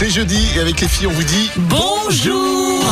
C'est jeudi et avec les filles, on vous dit bonjour.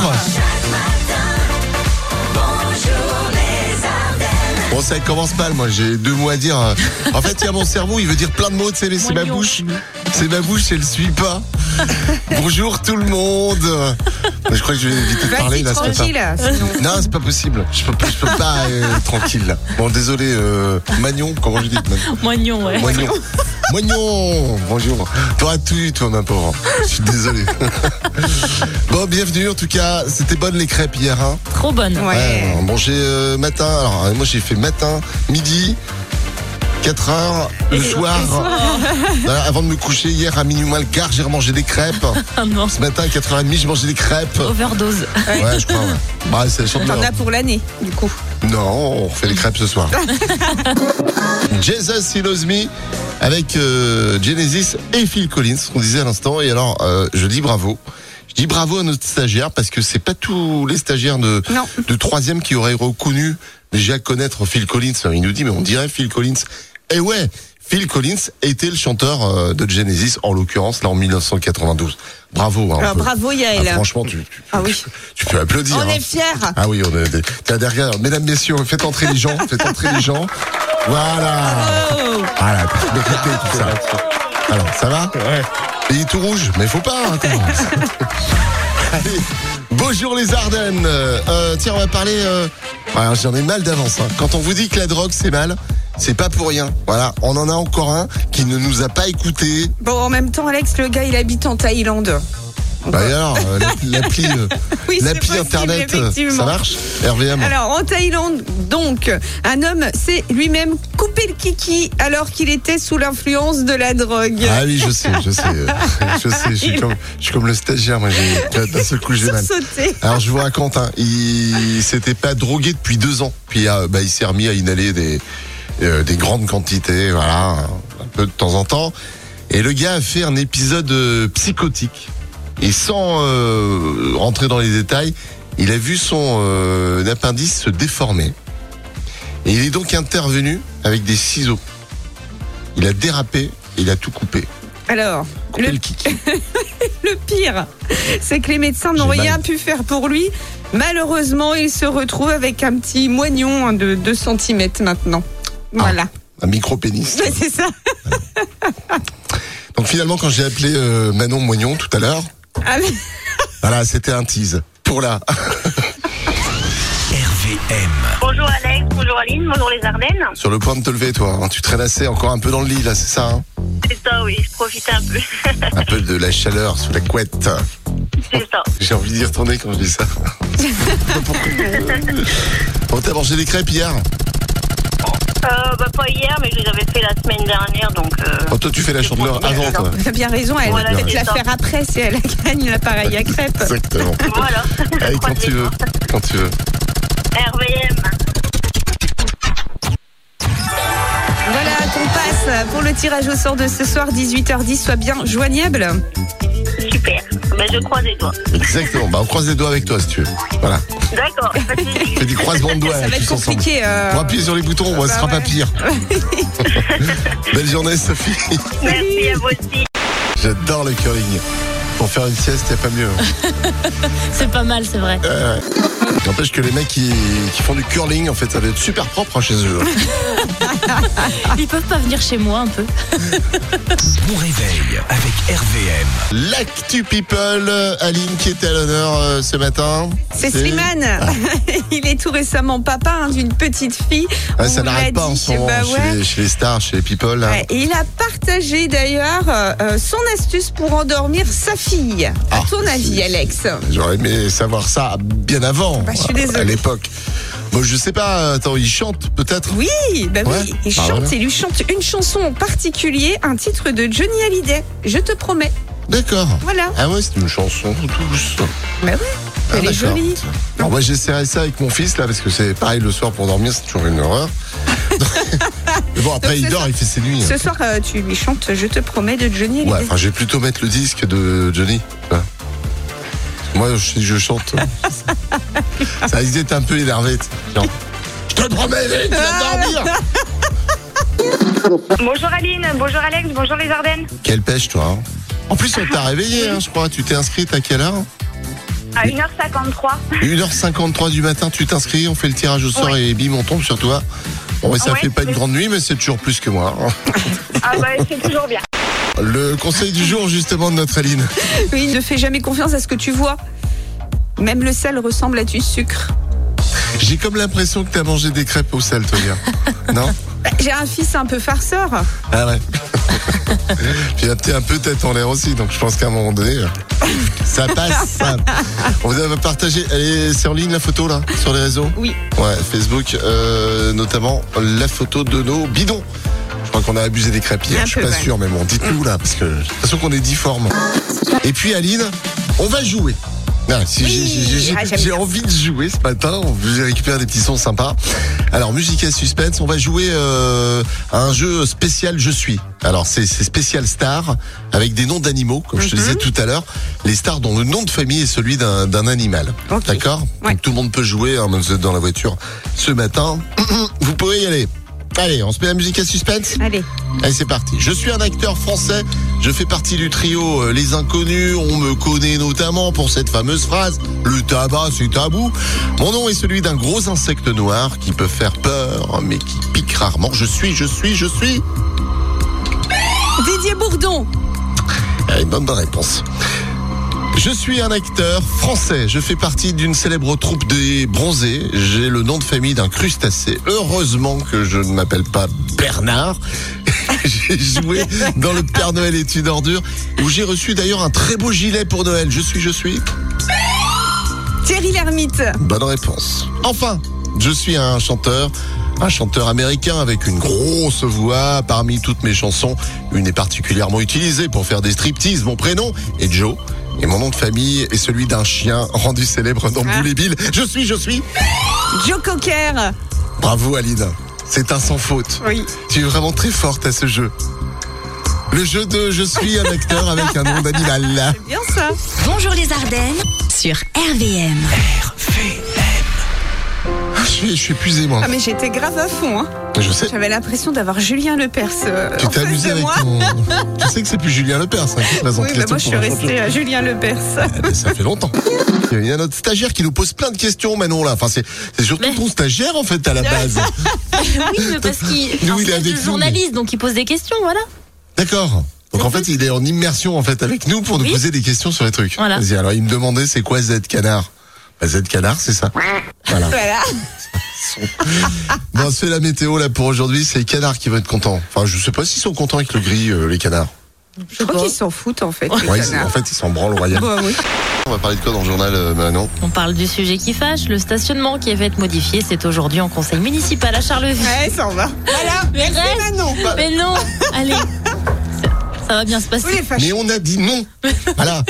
Bon, ça commence mal, moi j'ai 2 mots à dire. En fait, il y a mon cerveau, il veut dire plein de mots, tu sais, mais c'est ma bouche. C'est ma bouche, elle ne suit pas. Bonjour tout le monde. Je crois que je vais éviter de parler là ce matin. Sinon. Non, c'est pas possible. Je peux pas être tranquille là. Bon, désolé, Magnon, comment je dis Moignon, ouais. Moignon, bonjour. T'auras tout eu, toi, ma pauvre. Je suis désolé. Bon, bienvenue. En tout cas, c'était bonne les crêpes hier, hein. Trop bonne. Ouais. Bon, j'ai matin. Alors, moi, j'ai fait matin, midi, 4h, le soir. Voilà, avant de me coucher hier à minuit moins le quart, j'ai remangé des crêpes. Ah non. Ce matin à 4h30, j'ai mangé des crêpes. Overdose. Ouais, je crois. Ouais. Bah, c'est T'en as pour l'année, du coup. Non, on refait les crêpes ce soir. Jesus He Knows Me avec Genesis et Phil Collins, on disait à l'instant. Et alors, je dis bravo. Je dis bravo à notre stagiaire parce que c'est pas tous les stagiaires de 3e qui auraient reconnu déjà connaître Phil Collins. Il nous dit, mais on dirait Phil Collins. Et ouais, Phil Collins était le chanteur de Genesis, en l'occurrence, là en 1992. Bravo. Hein, alors, bravo Yael. Franchement, tu peux applaudir. On est fiers. Ah oui, on est. T'as derrière, mesdames, messieurs, faites entrer les gens. Voilà. Oh. Voilà, tout ça. Alors, ça va? Ouais. Pays tout rouge, mais faut pas. Hein, allez, bonjour les Ardennes. Tiens, on va parler. Alors, j'en ai mal d'avance. Hein. Quand on vous dit que la drogue c'est mal, c'est pas pour rien. Voilà, on en a encore un qui ne nous a pas écoutés. Bon, en même temps, Alex, le gars, il habite en Thaïlande. Bah alors, l'appli oui, l'appli internet, ça marche? RVM. Alors, en Thaïlande, donc, un homme s'est lui-même coupé le kiki alors qu'il était sous l'influence de la drogue. Ah oui, je sais. Je suis comme le stagiaire, moi, d'un seul coup, j'ai mal. Sauté. Alors, je vous raconte, hein, il s'était pas drogué depuis 2 ans. Puis, il s'est remis à inhaler des grandes quantités, voilà, un peu de temps en temps. Et le gars a fait un épisode psychotique. Et sans rentrer dans les détails, il a vu son appendice se déformer. Et il est donc intervenu avec des ciseaux. Il a dérapé, il a tout coupé. Alors, le kiki. Le pire, c'est que les médecins n'ont rien pu faire pour lui. Malheureusement, il se retrouve avec un petit moignon de 2 cm maintenant. Voilà. Un micro-pénis. Ouais, c'est ça. Voilà. Donc finalement, quand j'ai appelé Manon Moignon tout à l'heure, voilà, c'était un tease. Pour là. RVM. Bonjour Alex, bonjour Aline, bonjour les Ardennes. Sur le point de te lever, toi. Hein. Tu te traînassais encore un peu dans le lit, là, c'est ça, hein? C'est ça, oui, je profitais un peu. Un peu de la chaleur sous la couette. C'est ça. J'ai envie d'y retourner quand je dis ça. Bon, t'as mangé des crêpes hier? Pas hier, mais je les avais fait la semaine dernière, donc... Oh, toi, tu fais la chandeleur avant, toi. T'as bien raison, elle va peut-être la faire après si elle gagne l'appareil à crêpes. Exactement. Voilà. Allez, quand tu veux. RVM. Voilà, ton passe pour le tirage au sort de ce soir, 18h10, soit bien joignable. Super. Ben, je croise les doigts. Exactement. Bah, on croise les doigts avec toi, si tu veux. Voilà. D'accord. Fais des croisements de doigts. Ça va être tous ensemble. compliqué. On va appuyer sur les boutons, ce sera pas pire. Belle journée, Sophie. Merci à vous aussi. J'adore le curling. Pour faire une sieste, il n'y a pas mieux. C'est pas mal, c'est vrai. N'empêche que les mecs qui font du curling, en fait, ça va être super propre chez eux. Ils peuvent pas venir chez moi un peu. Bon réveil avec RVM. L'actu people, Aline qui était à l'honneur ce matin. C'est Slimane. Il est tout récemment papa d'une petite fille. Ouais, ça n'arrête pas en ce moment chez les stars, chez les people. Là. Ouais, et il a partagé d'ailleurs son astuce pour endormir sa fille. À ton avis, Alex? J'aurais aimé savoir ça bien avant, je suis désolée. à l'époque. Bon, je sais pas, attends, il chante peut-être? Oui, oui, il chante, voilà. Il lui chante une chanson en particulier, un titre de Johnny Hallyday, Je te promets. D'accord. Voilà. Ah ouais, c'est une chanson douce. Bah oui, elle est jolie. Alors moi j'essaierai ça avec mon fils là, parce que c'est pareil le soir pour dormir, c'est toujours une horreur. Mais bon, après il dort, il fait ses nuits. Ce soir, tu lui chantes Je te promets de Johnny Hallyday. Ouais, enfin je vais plutôt mettre le disque de Johnny. Là. Moi je chante. Ça risque d'être un peu énervé. Non. Je te promets, tu vas dormir. Bonjour Aline, bonjour Alex, bonjour les Ardennes. Quelle pêche toi, hein. En plus, on t'a réveillé, je crois. Tu t'es inscrite à quelle heure? À 1h53. 1h53 du matin, tu t'inscris, on fait le tirage au sort et bim, on tombe sur toi. Bon, ça fait pas une grande nuit, mais c'est toujours plus que moi. Ah bah, c'est toujours bien. Le conseil du jour, justement, de notre Aline. Oui, ne fais jamais confiance à ce que tu vois. Même le sel ressemble à du sucre. J'ai comme l'impression que t'as mangé des crêpes au sel, toi, gars. Non? J'ai un fils un peu farceur. Ah ouais. Puis il a un peu tête en l'air aussi, donc je pense qu'à un moment donné, ça passe. On vous a partagé, c'est en ligne la photo là, sur les réseaux? Oui. Ouais, Facebook, notamment la photo de nos bidons. Je crois qu'on a abusé des crêpes hier, je suis pas sûr, mais bon, dites-nous là, parce que j'ai l'impression qu'on est difforme. Et puis Aline, on va jouer. Non, j'ai envie de jouer ce matin. J'ai récupéré des petits sons sympas. Alors, musique à suspense, on va jouer à un jeu spécial Je suis. Alors, c'est spécial star avec des noms d'animaux, comme je te disais tout à l'heure. Les stars dont le nom de famille est celui d'un animal. Okay. D'accord? Ouais. Donc tout le monde peut jouer, même vous êtes dans la voiture ce matin. Vous pouvez y aller. Allez, on se met la musique à suspense? Allez, c'est parti. Je suis un acteur français. Je fais partie du trio Les Inconnus. On me connaît notamment pour cette fameuse phrase: le tabac, c'est tabou. Mon nom est celui d'un gros insecte noir qui peut faire peur, mais qui pique rarement. Je suis. Didier Bourdon. Une bonne réponse. Je suis un acteur français. Je fais partie d'une célèbre troupe des Bronzés. J'ai le nom de famille d'un crustacé. Heureusement que je ne m'appelle pas Bernard. J'ai joué dans Le Père Noël est une ordure, où j'ai reçu d'ailleurs un très beau gilet pour Noël. Je suis. Thierry Lhermitte. Bonne réponse. Enfin, je suis un chanteur américain avec une grosse voix. Parmi toutes mes chansons, une est particulièrement utilisée pour faire des striptease. Mon prénom est Joe. Et mon nom de famille est celui d'un chien rendu célèbre dans Boule et Bill. Je suis. Joe Cocker. Bravo Aline, c'est un sans faute. Oui. Tu es vraiment très forte à ce jeu. Le jeu de Je suis un acteur avec un nom d'animal. C'est bien ça. Bonjour les Ardennes sur RVM. Je suis épuisé moi. Ah mais j'étais grave à fond. Hein. Je sais. J'avais l'impression d'avoir Julien Lepers. Tu t'es amusé avec ton... Tu sais que c'est plus Julien Lepers qui présente Oui, les moi je suis restée à Julien Lepers. Ça fait longtemps. Il y a notre stagiaire qui nous pose plein de questions, Manon là. Enfin, c'est surtout ton stagiaire en fait à la base. Oui, mais parce qu'il est avec nous, journaliste, donc il pose des questions, voilà. D'accord. Donc en fait, il est en immersion en fait avec nous pour nous poser des questions sur les trucs. Voilà. Vas-y, alors il me demandait c'est quoi Z Canard. Z Canard, c'est ça. Voilà. Bon, c'est la météo là pour aujourd'hui. C'est les canards qui vont être contents. Enfin, je sais pas s'ils sont contents avec le gris, les canards. Je crois qu'ils s'en foutent en fait. les Ouais, canards. en fait, ils s'en branlent royal. Bah, oui. On va parler de quoi dans le journal, Manon? On parle du sujet qui fâche, le stationnement qui va être modifié. C'est aujourd'hui en conseil municipal à Charleville. Ouais, ça en va. Voilà, Mais merci reste. Manon. Mais non, allez, ça va bien se passer. Oui, les fâches. Mais on a dit non. Voilà.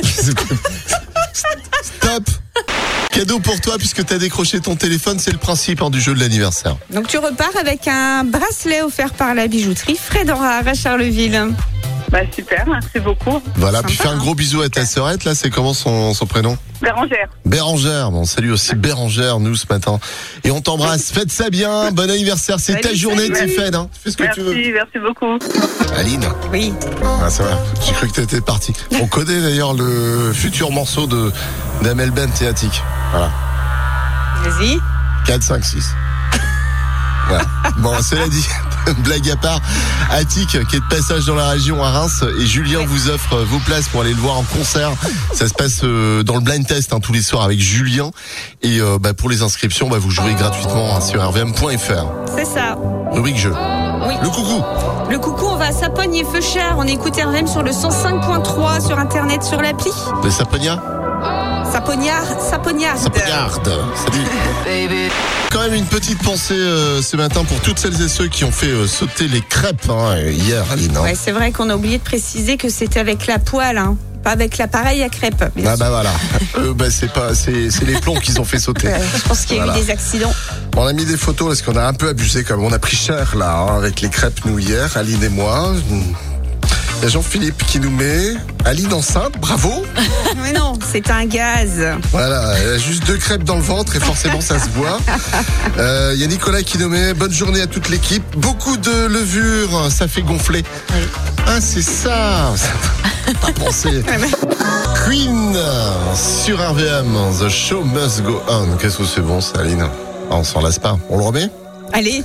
Stop. Cadeau pour toi puisque tu as décroché ton téléphone, c'est le principe du jeu de l'anniversaire. Donc tu repars avec un bracelet offert par la bijouterie Fred Enrard à Charleville. Bah super, merci beaucoup. Voilà, Sympa, puis fais un gros bisou à ta sœurette, là, c'est comment son prénom? Bérangère. Bérangère, bon, salut aussi Bérangère, nous, ce matin. Et on t'embrasse, faites ça bien, bon anniversaire, c'est ta Salut, journée, salut. Tiffany, hein. Tu fais ce que tu veux. Merci beaucoup. Aline, Oui. ah, ça va, j'ai cru que t'étais partie. On connaît d'ailleurs le futur morceau d'Amel Bent et Attic. Voilà, Vas-y. 4, 5, 6. Voilà. Bon, cela dit, blague à part, Attic qui est de passage dans la région à Reims et Julien vous offre vos places pour aller le voir en concert. Ça se passe dans le blind test tous les soirs avec Julien et pour les inscriptions vous jouez gratuitement sur rvm.fr. C'est ça. Rubrique jeu. Oui. Le coucou. Le coucou, on va à Sapogne et Feuchard. On écoute RVM sur le 105.3 sur internet, sur l'appli. Les Saponia. Sapognard. Sapognarde. Salut. Quand même une petite pensée ce matin pour toutes celles et ceux qui ont fait sauter les crêpes hier, Aline. Ouais, c'est vrai qu'on a oublié de préciser que c'était avec la poêle, pas avec l'appareil à crêpes. Ah voilà. C'est les plombs qu'ils ont fait sauter. Je pense qu'il y a eu des accidents. On a mis des photos parce qu'on a un peu abusé, comme on a pris cher là avec les crêpes nous hier, Aline et moi. Il y a Jean-Philippe qui nous met Aline enceinte, bravo. Mais non, c'est un gaz. Voilà, elle a juste 2 crêpes dans le ventre et forcément ça se voit. Il y a Nicolas qui nous met bonne journée à toute l'équipe. Beaucoup de levure, ça fait gonfler. Oui. Ah, c'est ça. Pas pensé. Queen sur RVM, The Show Must Go On. Qu'est-ce que c'est bon ça, Aline? Ah, on s'en lasse pas. On le remet? Allez.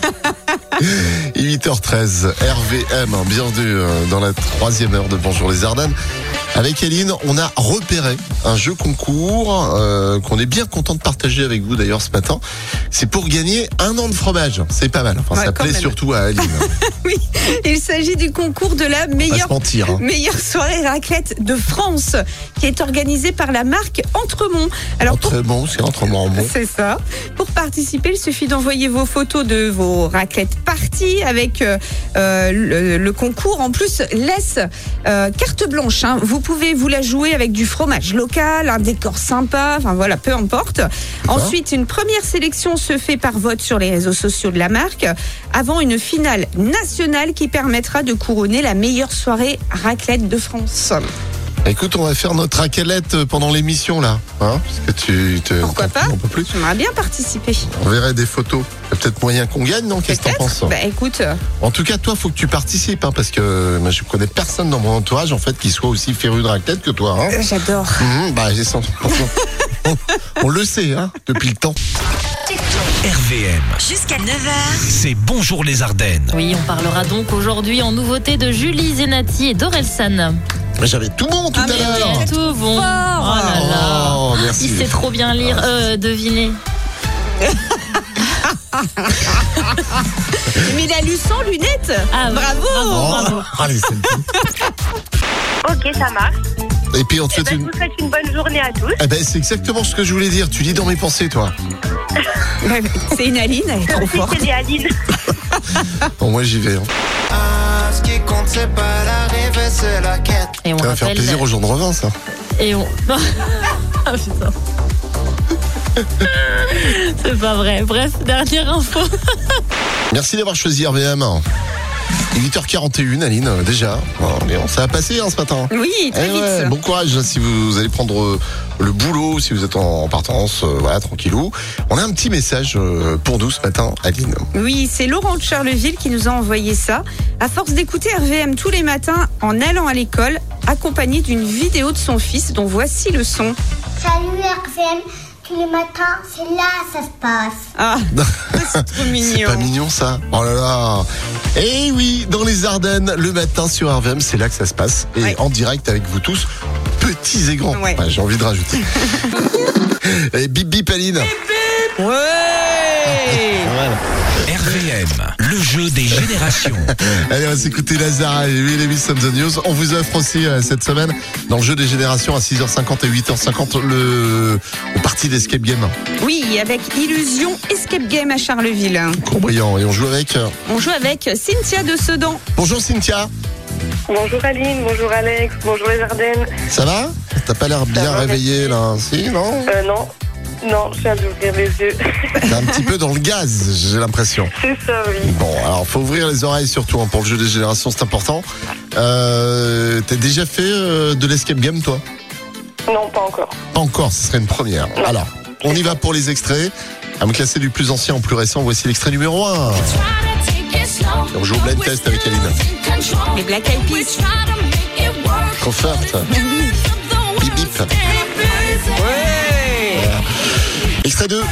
8h13, RVM, bienvenue dans la 3e heure de Bonjour les Ardennes. Avec Aline, on a repéré un jeu concours qu'on est bien content de partager avec vous d'ailleurs ce matin. C'est pour gagner 1 an de fromage. C'est pas mal. Enfin, Ouais, ça quand plaît même. surtout à Aline. Oui, il s'agit du concours de la Pas se meilleure mentir. Hein. meilleure soirée raclette de France, qui est organisée par la marque Entremont. Alors pour C'est Entremont en bon. C'est ça. Pour participer, il suffit d'envoyer vos photos de vos raclettes parties avec le concours. En plus, laisse carte blanche. Hein. Vous pouvez vous la jouer avec du fromage local, un décor sympa, enfin voilà, peu importe. Ensuite, une première sélection se fait par vote sur les réseaux sociaux de la marque, avant une finale nationale qui permettra de couronner la meilleure soirée raclette de France. Écoute, on va faire notre raclette pendant l'émission là. Hein, parce que Pourquoi pas? On peut plus. J'aimerais bien participer. On verrait des photos. Il y a peut-être moyen qu'on gagne, non? Qu'est-ce que t'en penses? Bah écoute, En tout cas, toi, faut que tu participes, hein, parce que moi, je connais personne dans mon entourage, en fait, qui soit aussi féru de raclette que toi. Hein. j'adore. Bah, j'ai senti. On le sait, hein, depuis le temps. RVM, Jusqu'à 9h. c'est Bonjour les Ardennes. Oui, on parlera donc aujourd'hui en nouveauté de Julie Zenati et d'Orelsan. Mais j'avais tout bon tout à l'heure. Tout bon. Oh là là. Oh, merci. Il sait trop bien lire, deviner. Mais il a lu sans lunettes. Ah, Bravo. Oh, allez, c'est le coup. Ok, ça marche. Et puis, on te Eh souhaite ben, je une. vous souhaite une bonne journée à tous. Eh ben, c'est exactement ce que je voulais dire. Tu lis dans mes pensées, toi. C'est une Aline, elle est trop Merci, forte. c'est Aline. Bon, moi, j'y vais. Hein. Ce qui compte, c'est pas l'arrivée, c'est la quête. Et on Ça va faire rappelle. plaisir aux gens de Revin, ça. Et on. Ah putain. C'est pas vrai. Bref, dernière info. Merci d'avoir choisi RVM. Il est 8h41, Aline, déjà. Bon, ça va passer hein, ce matin. Oui, très Eh vite. ouais, bon courage si vous allez prendre le boulot, si vous êtes en partance, voilà, tranquillou. On a un petit message pour nous ce matin, Aline. Oui, c'est Laurent de Charleville qui nous a envoyé ça. À force d'écouter RVM tous les matins en allant à l'école, accompagné d'une vidéo de son fils dont voici le son. Salut RVM, tous les matins, c'est là ça se passe. Ah, c'est trop C'est mignon. pas mignon ça? Oh là là. Et oui, dans les Ardennes, le matin sur RVM, c'est là que ça se passe. Et Ouais. en direct avec vous tous, petits et grands. Ouais. J'ai envie de rajouter. Et bip bip Aline. Ouais. Voilà. RVM, le jeu des générations. Allez, on va s'écouter Lazare et Will Lewis on the News. On vous offre aussi cette semaine, dans le jeu des générations, à 6h50 et 8h50, le parti d'Escape Game. Oui, avec Illusion Escape Game à Charleville. Courbriand. Et on joue avec. On joue avec Cynthia de Sedan. Bonjour Cynthia. Bonjour Aline, bonjour Alex, bonjour les Ardennes. Ça va? T'as pas l'air bien va, réveillé là. Si, non? Non, je viens d'ouvrir les yeux. T'es un petit peu dans le gaz, j'ai l'impression. C'est ça, oui. Bon, alors faut ouvrir les oreilles surtout hein, pour le jeu des générations, c'est important. T'as déjà fait de l'escape game toi? Non, pas encore. Pas encore, ce serait une première. Alors, on y va pour les extraits. À me classer du plus ancien au plus récent, voici l'extrait numéro 1. On joue au blind test avec Aline. Les Black Eyed Peas. Trop forte. Bip bip. Ouais. Extrait 2.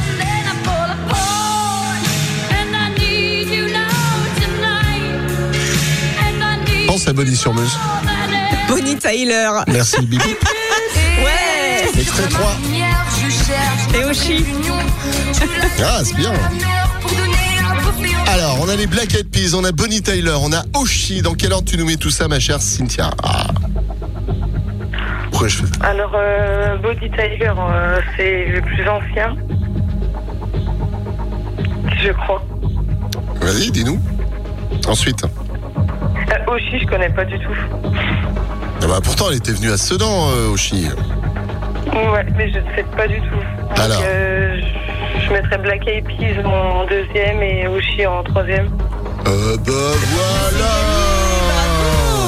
Pense à Bonnie sur Meuse. Bonnie Tyler. Merci bip bip. Ouais. Extrait 3. Et Oshi. Ah, c'est bien. Alors, on a les Black Eyed Peas, on a Bonnie Tyler, on a Oshi. Dans quel ordre tu nous mets tout ça, ma chère Cynthia? Pourquoi je fais ça? Alors, Body Tiger, c'est le plus ancien. Je crois. Vas-y, dis-nous. Ensuite. Oshi, je connais pas du tout. Ah bah, pourtant, elle était venue à Sedan, Oshi. Ouais, mais je ne sais pas du tout. Donc, Alors. je mettrais Black Eyed Peas en deuxième et Oshi en troisième. Bah voilà.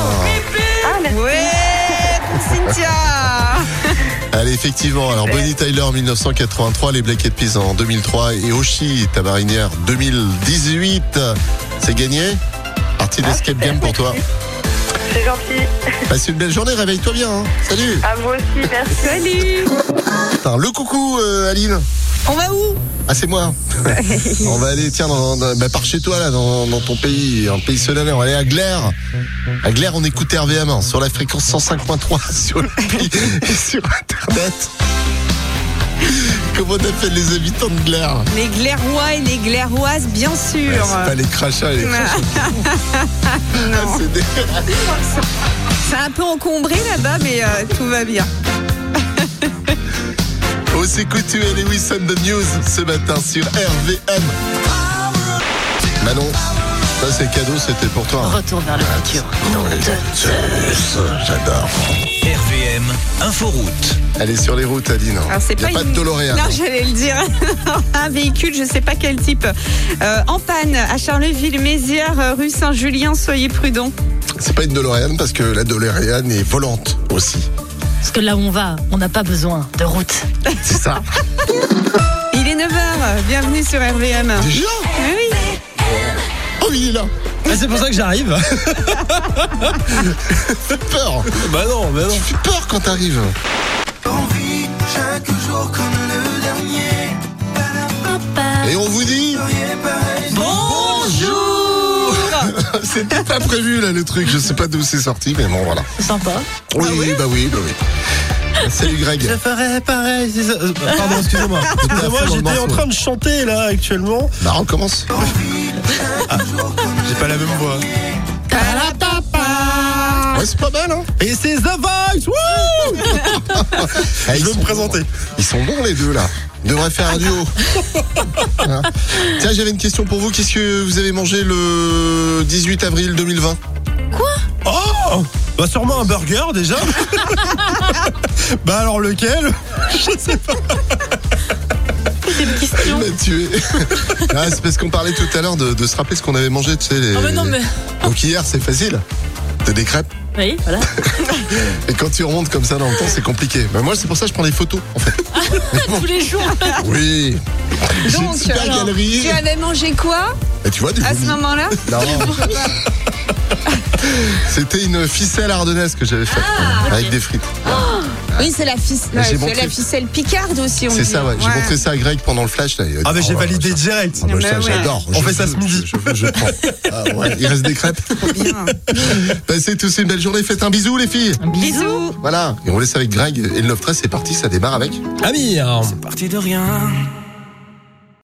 Allez, effectivement. Alors, Bonnie Tyler en 1983, les Black Eyed Peas en 2003 et Oshi, ta marinière 2018. C'est gagné. Partie d'Escape Game pour toi. C'est gentil. Passe une belle journée, réveille-toi bien. Hein. Salut. À vous aussi, merci. Salut. Attends, le coucou, Aline. On va où? Ah, c'est moi. On va aller, tiens, par chez toi, là, dans ton pays, un pays solennel. On va aller à Glère. À Glère, on écoute RVM hein, sur la fréquence 105.3 sur l'appli et sur Internet. Comment on appelle les habitants de Glère? Les Glairois et les Glairoises, bien sûr. Ouais, c'est pas les crachats et les crachats. Non. C'est dégueulasse. C'est un peu encombré là-bas, mais tout va bien. On s'écoute et Lewis on the News ce matin sur RVM. Manon, ça c'est cadeau, c'était pour toi. Retour vers le futur. J'adore. RVM Inforoute. Elle est sur les routes, Aline. Alors, c'est Il n'y a pas de DeLorean. Non, j'allais le dire. Un véhicule, je sais pas quel type. En panne à Charleville-Mézières, rue Saint-Julien, soyez prudents. C'est pas une DeLorean parce que la DeLorean est volante aussi. Parce que là où on va, on n'a pas besoin de route. C'est ça. Il est 9h, bienvenue sur RVM. Déjà? Oui. Oh, il est là. Ah, c'est pour ça que j'arrive. Fais peur. Bah non. Tu fais peur quand t'arrives. Envie chaque jour comme le dernier. Et on vous dit Bonjour. C'était pas prévu là le truc, je sais pas d'où c'est sorti, mais bon voilà. C'est sympa. Oui, bah oui. Salut Greg. Je ferais pareil. C'est ça. Pardon, excusez-moi. Excusez-moi, j'étais en train de chanter là actuellement. Bah recommence. J'ai pas la même voix. Ouais, c'est pas mal hein. Et c'est The Voice. Wouh. Ah, Je veux me présenter. Ils sont bons les deux là. Ils devraient faire un duo. Hein. Tiens, j'avais une question pour vous. Qu'est-ce que vous avez mangé le 18 avril 2020? Oh, bah sûrement un burger déjà. Bah alors lequel? Je sais pas. C'est une question. Il m'a tué. Ah, c'est parce qu'on parlait tout à l'heure de se rappeler ce qu'on avait mangé, tu sais. Ah mais non mais... Donc hier, c'est facile. T'as des crêpes. Oui, voilà. Et quand tu remontes comme ça dans le temps, c'est compliqué. Mais moi, c'est pour ça que je prends des photos, en fait. Tous les jours. Oui. J'ai une Donc, super alors, galerie. tu avais mangé quoi Et tu vois, du à ce vomi. moment-là? Non. C'était une ficelle ardennaise que j'avais faite. Avec des frites. Oui, c'est la ficelle. J'ai C'est montré- la ficelle picarde aussi, on C'est dit. ça, ouais. J'ai montré ça à Greg pendant le flash. Là. Il a dit, Ah mais j'ai oh, validé ça- direct. Ah, bah, Bah ouais. j'adore. On fait ça ce midi. Je prends. Ah, ouais. Il reste des crêpes. Bien. Passez tous une belle journée. Faites un bisou, les filles. Bisous. Voilà. Et on laisse avec Greg. Et le 9-13, c'est parti. Ça démarre avec. Amir. Parti de rien.